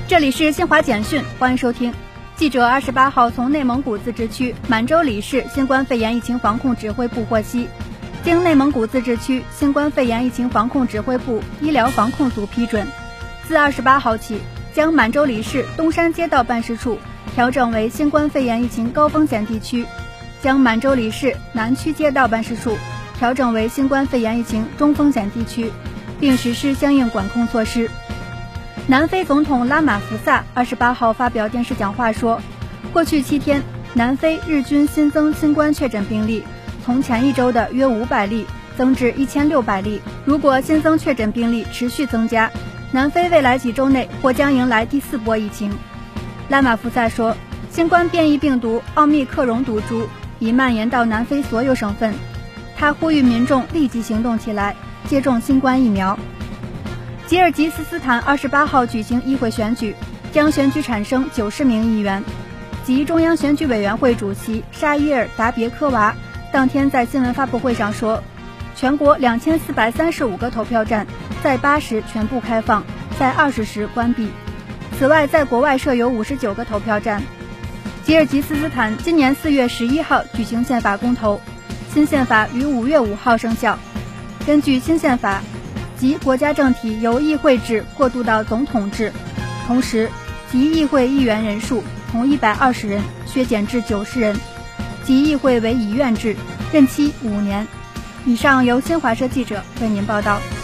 这里是新华简讯，欢迎收听。记者28号从内蒙古自治区满洲里市新冠肺炎疫情防控指挥部获悉，经内蒙古自治区新冠肺炎疫情防控指挥部医疗防控组批准，自28号起，将满洲里市东山街道办事处调整为新冠肺炎疫情高风险地区，将满洲里市南区街道办事处调整为新冠肺炎疫情中风险地区，并实施相应管控措施。南非总统拉马福萨28号发表电视讲话说，过去7天，南非日均新增新冠确诊病例从前一周的约500例增至1600例。如果新增确诊病例持续增加，南非未来几周内或将迎来第4波疫情。拉马福萨说，新冠变异病毒奥密克戎毒株已蔓延到南非所有省份，他呼吁民众立即行动起来，接种新冠疫苗。吉尔吉斯斯坦28号举行议会选举，将选举产生90名议员。及中央选举委员会主席沙伊尔达别科娃当天在新闻发布会上说，全国2435个投票站在8时全部开放，在20时关闭。此外，在国外设有59个投票站。吉尔吉斯斯坦今年4月11号举行宪法公投，新宪法于5月5号生效。根据新宪法，即国家政体由议会制过渡到总统制，同时即议会议员人数从120人削减至90人，即议会为议院制，任期5年。以上由新华社记者为您报道。